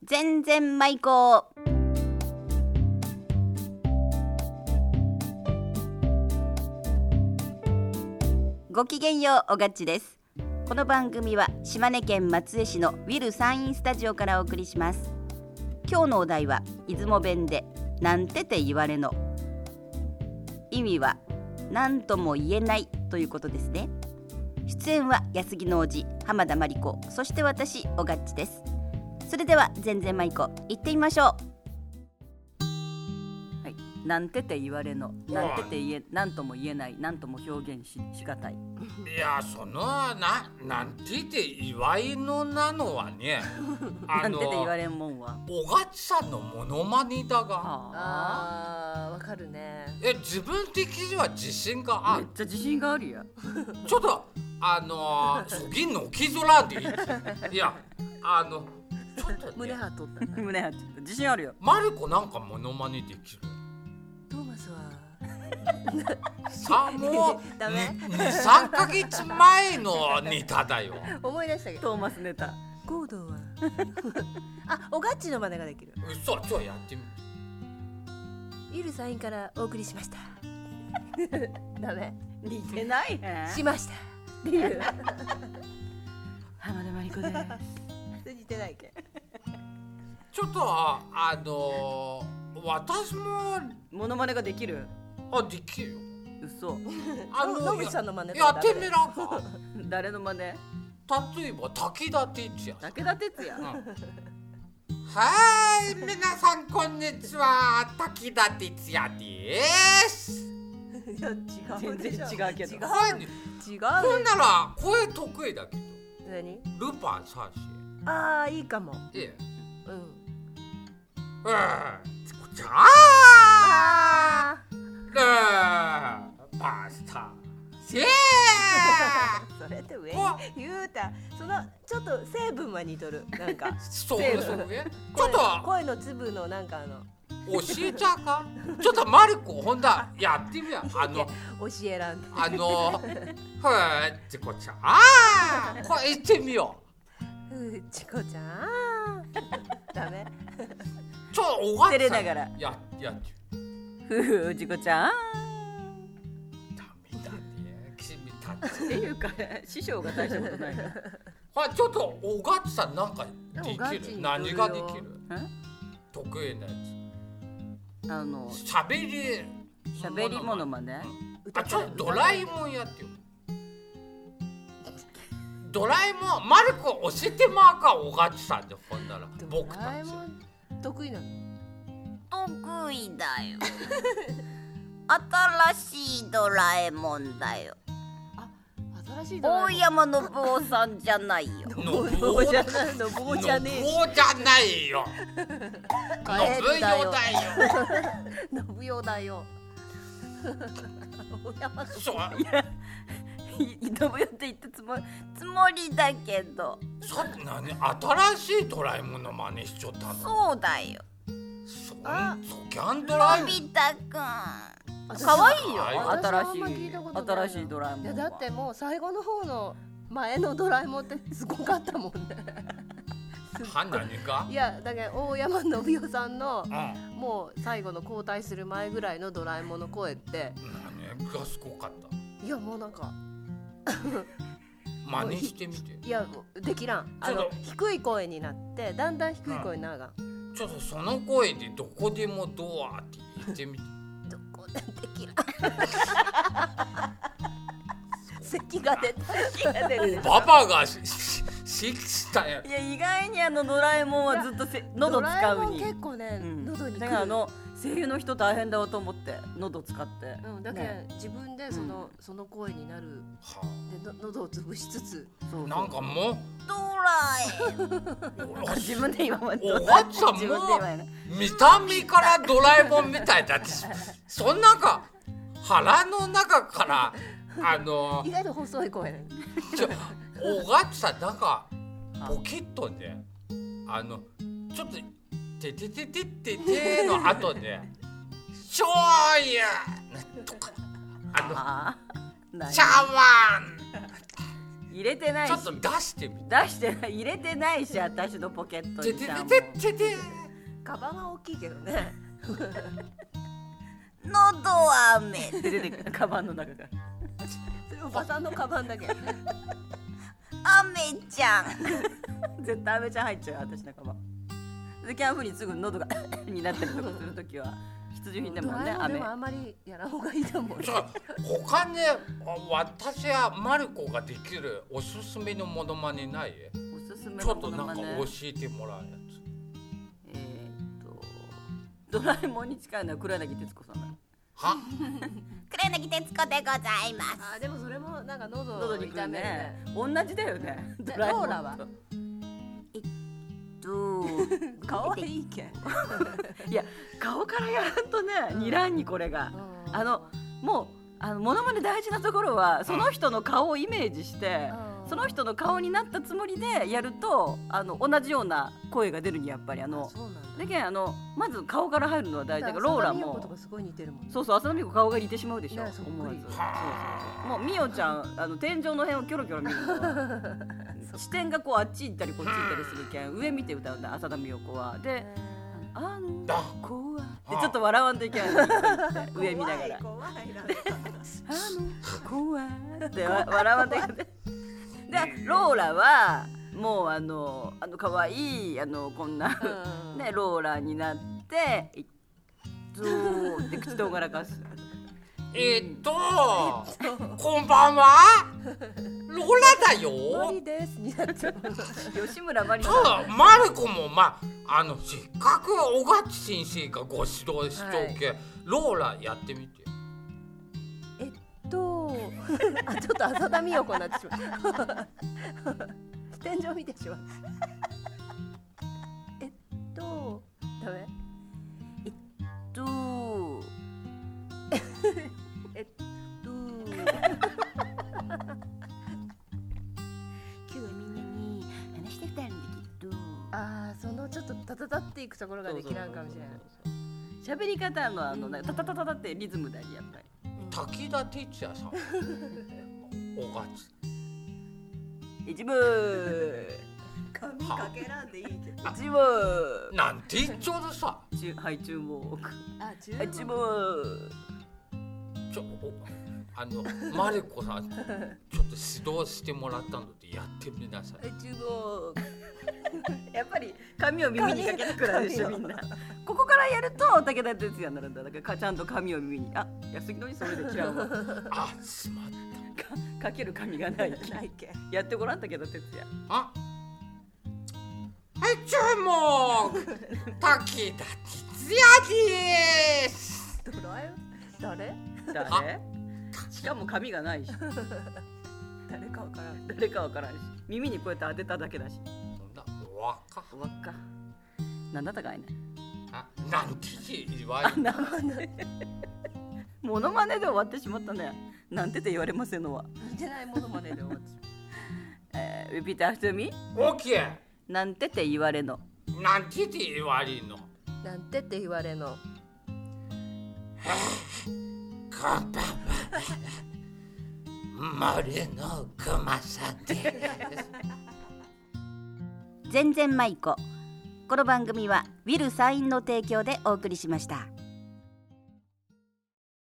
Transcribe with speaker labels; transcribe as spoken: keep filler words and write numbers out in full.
Speaker 1: 全然舞子。ごきげんよう、おがっちです。この番組は島根県松江市のウィル山陰スタジオからお送りします。今日のお題は出雲弁でなんてて言われの。意味は何とも言えないということですね。出演は安木の王子浜田真理子、そして私おがっちです。それでは全然舞子行ってみましょう。はい、なんてて言われの、なんてて言え、なんとも言えない、なんとも表現 し, しがたい。
Speaker 2: いや、そのな、なんてて言わいのなのはね
Speaker 1: なんてて言われんもんは
Speaker 2: おがっちさんのモノマネだが、は
Speaker 3: ああ、わかるね。
Speaker 2: え、自分的には自信がある。
Speaker 1: めっちゃ自信があるや
Speaker 2: ちょっとあのー、そぎんのきぞらでいいいや、あのちょっと、ね、
Speaker 3: 胸張っとったな。
Speaker 1: 胸張っとった。自信あるよ。
Speaker 2: マルコなんかモノマネできる？
Speaker 3: トーマスは
Speaker 2: さもう
Speaker 3: ダメ
Speaker 2: にさんかげつまえのネタだよ。
Speaker 3: 思い出したけど。
Speaker 1: トーマスネタ。
Speaker 3: ゴードンはあ、おがっちの真似ができる。
Speaker 2: 嘘、ちょやってみる。
Speaker 3: イルサインからお送りしましたダメ、
Speaker 1: 似てないね。
Speaker 3: しましたっていう
Speaker 1: 浜田真理子です。
Speaker 3: 似てないけ。
Speaker 2: ちょっとあのー、私も
Speaker 1: モノマネができる？
Speaker 2: あ、できるよ。
Speaker 1: 嘘。
Speaker 2: あの
Speaker 3: 野口さんの真似とか
Speaker 2: やってみらんか
Speaker 1: 誰の真似？
Speaker 2: 例えば武田鉄矢。
Speaker 1: 武田鉄矢、うん、
Speaker 2: はい、皆さんこんにちは、武田鉄矢です。
Speaker 3: いや、違うでしょ。
Speaker 1: 全然違うけど。
Speaker 3: 違う。違う。
Speaker 2: ほんなら声得意だけど。
Speaker 3: 何？
Speaker 2: ルパン三世。
Speaker 3: ああ、いいかも。
Speaker 2: ええ。
Speaker 3: うん。
Speaker 2: うん。チコちゃん。
Speaker 3: あ
Speaker 2: ルパスタ。シェー。
Speaker 3: それって上に言うた。そのちょっと成分は似とる。なんか。
Speaker 2: そうそうね。ちょ
Speaker 3: 声
Speaker 2: っと
Speaker 3: 声の粒のなんかあの。
Speaker 2: 教えちゃうか。ちょっとマルコ、ほんだやってみや。あの
Speaker 3: 教えらん。
Speaker 2: あのはいチコちゃん。ああ、これ言ってみよ
Speaker 3: うー、チコちゃん。ダメ。
Speaker 2: う。ちょっとおがっ
Speaker 1: 照れながら
Speaker 2: ややって
Speaker 1: ふふ、ちこちゃん。
Speaker 2: ダメだね、君たち。
Speaker 1: っていうか師匠が大したことないの。
Speaker 2: はい、ちょっとおがっさんなんかで
Speaker 3: おがっち
Speaker 2: きる？
Speaker 3: に
Speaker 2: 何ができる？
Speaker 1: ん？
Speaker 2: 得意なや
Speaker 1: あの
Speaker 2: つ。しゃべり
Speaker 1: しゃべりものまね。
Speaker 2: あ、ちょっとドラえもんやってよ。ドラえもん、マルコ教えてまうか、おがっさんで。ほんなら僕たち
Speaker 3: 得意なの？
Speaker 1: 得意だよ。新しいドラえもんだよ。
Speaker 3: 新しいドラえもん。
Speaker 1: 大山信夫さんじゃないよ。
Speaker 2: の
Speaker 3: 信夫じゃない、信夫じゃねえし。
Speaker 2: のぼうじゃないよ。のぶよだよ。
Speaker 3: 信夫だよ。大山信
Speaker 2: そう。
Speaker 1: いや、信夫って言ったつもり、つもりだけど。
Speaker 2: さっき何、新しいドラえもんの真似しちゃったの？
Speaker 1: そうだよ。
Speaker 2: そん
Speaker 3: あ
Speaker 2: そギャンドラえ
Speaker 1: の
Speaker 2: もん。
Speaker 1: び太くん。
Speaker 3: 私
Speaker 1: 可愛いよ。
Speaker 2: 私
Speaker 3: はあ
Speaker 1: 新し
Speaker 3: んま聞いたことないな
Speaker 1: い新しいドラえもんは。
Speaker 3: いや、だってもう最後の方の前のドラえもんってすごかったもんね。
Speaker 2: は、何か？
Speaker 3: いや、だけど大山信夫さんの
Speaker 2: うん。
Speaker 3: もう最後の交代する前ぐらいのドラえもんの声って
Speaker 2: 何がすごかった？
Speaker 3: いや、もうなんか
Speaker 2: 真似してみて。
Speaker 3: いや、できらん。あの
Speaker 2: ちょっと
Speaker 3: 低い声になってだんだん低い声になるが、
Speaker 2: ちょっとその声でどこでもドアって言ってみて。
Speaker 3: どこでできらん。咳が出た。
Speaker 1: 気が出るね。
Speaker 2: ババがししししたや
Speaker 1: いや、意外にあのドラえもんはずっとせ喉使う
Speaker 3: ドラえもん
Speaker 1: に。
Speaker 3: 結構ね、
Speaker 1: うん
Speaker 3: 喉にくる。
Speaker 1: だからあの声優の人大変だわと思って喉使って。
Speaker 3: うん、だけど、
Speaker 1: ね
Speaker 3: 自分でその、その声になる
Speaker 2: は
Speaker 3: での喉を潰しつつ
Speaker 1: そうそう
Speaker 2: あ、なんかもう
Speaker 1: ドラえもん。自分で今まで
Speaker 2: おばちゃんも
Speaker 1: 自分で今ね。
Speaker 2: 見た目からドラえもんみたいだって。そんなんか腹の中からあの
Speaker 3: 意外と細い声なの。
Speaker 2: ちょおがっさん、なんかポケットであのちょっとてててててての後でしょうゆとかあの
Speaker 1: あーない
Speaker 2: シャワー
Speaker 1: 入れてないし。
Speaker 2: ちょっと出してみて。
Speaker 1: 出してない、入れてないし、私のポケット
Speaker 2: て
Speaker 1: にちゃんも。
Speaker 2: ててててて。
Speaker 3: カバンは大きいけどね。
Speaker 1: のど飴って出てくる、カバンの中から。
Speaker 3: それおばさんのカバンだけど。
Speaker 1: 飴ちゃん。絶対飴ちゃん入っちゃうよ、私のカバン。でキャンプにすぐ喉がになったりとかするときは必需品だもんね。
Speaker 3: ドラえもんでもあんまりやらんほうがいいと思う。
Speaker 2: じゃあ他に私やマルコができるおすすめのモノマネない？
Speaker 1: おすすめ
Speaker 2: ちょっと
Speaker 1: のものまね。
Speaker 2: なんか教えてもらうやつ。
Speaker 1: えー、っとドラえもんに近いのは黒柳徹子さんだ。
Speaker 2: は？
Speaker 1: 黒柳徹子でございます。
Speaker 3: あ、でもそれもなんか喉
Speaker 1: 喉にくる
Speaker 3: を痛める
Speaker 1: ね
Speaker 3: ね。。
Speaker 1: 同じだよね。
Speaker 3: で
Speaker 1: ドラえもんと
Speaker 3: ローラは
Speaker 1: えっと
Speaker 3: 可愛いけん。
Speaker 1: いや顔からやるとね、にらんにこれが、
Speaker 3: うん
Speaker 1: あのもうあのモノマネ大事なところはその人の顔をイメージして、
Speaker 3: うん
Speaker 1: その人の顔になったつもりでやるとあの同じような声が出るにやっぱりあの
Speaker 3: そうなんだ。
Speaker 1: だけどあのまず顔から入るのは大事だから、ローラ
Speaker 3: 浅田美代子と
Speaker 1: も
Speaker 3: かすごい似てるもんね。
Speaker 1: そうそう浅田美代子顔が似てしまうでしょ、
Speaker 3: ねそっくり
Speaker 1: 思わずそうそう
Speaker 2: は
Speaker 1: そうもう美代ちゃんあの天井の辺をキョロキョロ見るのは視点がこうあっち行ったりこっち行ったりするけん上見て歌うんだ浅田美代子はであん
Speaker 2: だ
Speaker 1: 子はでちょっと笑わんといけないの上見ながら
Speaker 3: 怖い怖いな。
Speaker 1: あの子はってわ笑わんといけないでローラはもうあのあの可愛いあのこんな
Speaker 3: うん
Speaker 1: ねローラになっていっとーって口とんがらかす
Speaker 2: えー、っとこんばんは。ローラだよ。
Speaker 3: マリですになっちゃう。
Speaker 1: 吉村麻里
Speaker 2: た
Speaker 1: さん
Speaker 2: だマルコもまああのせっかく小勝先生がご指導しとけ、ローラやってみて。
Speaker 3: えっと、あ、ちょっと浅田美代子になってしまう。天井見てしまう。えっと、ダメ？
Speaker 1: と
Speaker 3: えっと、
Speaker 1: 今日はみんなに話してきたんだけど
Speaker 3: あー、そのちょっとタタタっていくところができないかもしれない。
Speaker 1: 喋り方のあのなんかタタタタタってリズムだよやっぱり
Speaker 2: 滝田哲也さん。小勝。
Speaker 1: 一部
Speaker 3: 髪かけらんでいいけど。
Speaker 1: 一部
Speaker 2: なんて言っちょうどさ。
Speaker 1: ちゅはい注目
Speaker 3: あ、注
Speaker 1: はい注目
Speaker 2: ちょおあのマルコさんちょっと指導してもらったのでやってみなさい。
Speaker 1: はい注目やっぱり髪を耳にかけなくなるでしょ
Speaker 3: 髪を
Speaker 1: みんなここからやると武田鉄矢になるんだだからかちゃんと髪を耳にあ安木のにそれで違うわ
Speaker 2: あ、しまっ
Speaker 1: かかける髪がない
Speaker 3: ないけん。
Speaker 1: やってごらん武田鉄矢
Speaker 2: た。あ、はい注目。滝田哲也です。
Speaker 3: ドラえ誰？
Speaker 1: 誰しかも髪がないし
Speaker 3: 誰かわからん。
Speaker 1: 誰かわからんし耳にこうやって当てただけだし
Speaker 2: なわか。
Speaker 1: わっかなんだったかいね
Speaker 2: あ、なんて言われる。
Speaker 1: モノマネで終わってしまったねなんてって言われませんのは
Speaker 3: 似てないものまでで終わってし
Speaker 1: えー、repeat after me
Speaker 2: オッケー。
Speaker 1: なんてって言われの
Speaker 2: なんて言われるの。
Speaker 3: まう。なんてって言われの。
Speaker 2: こんばんは。森のくまさんです。
Speaker 1: 全然舞子この番組はウィルサインの提供でお送りしました。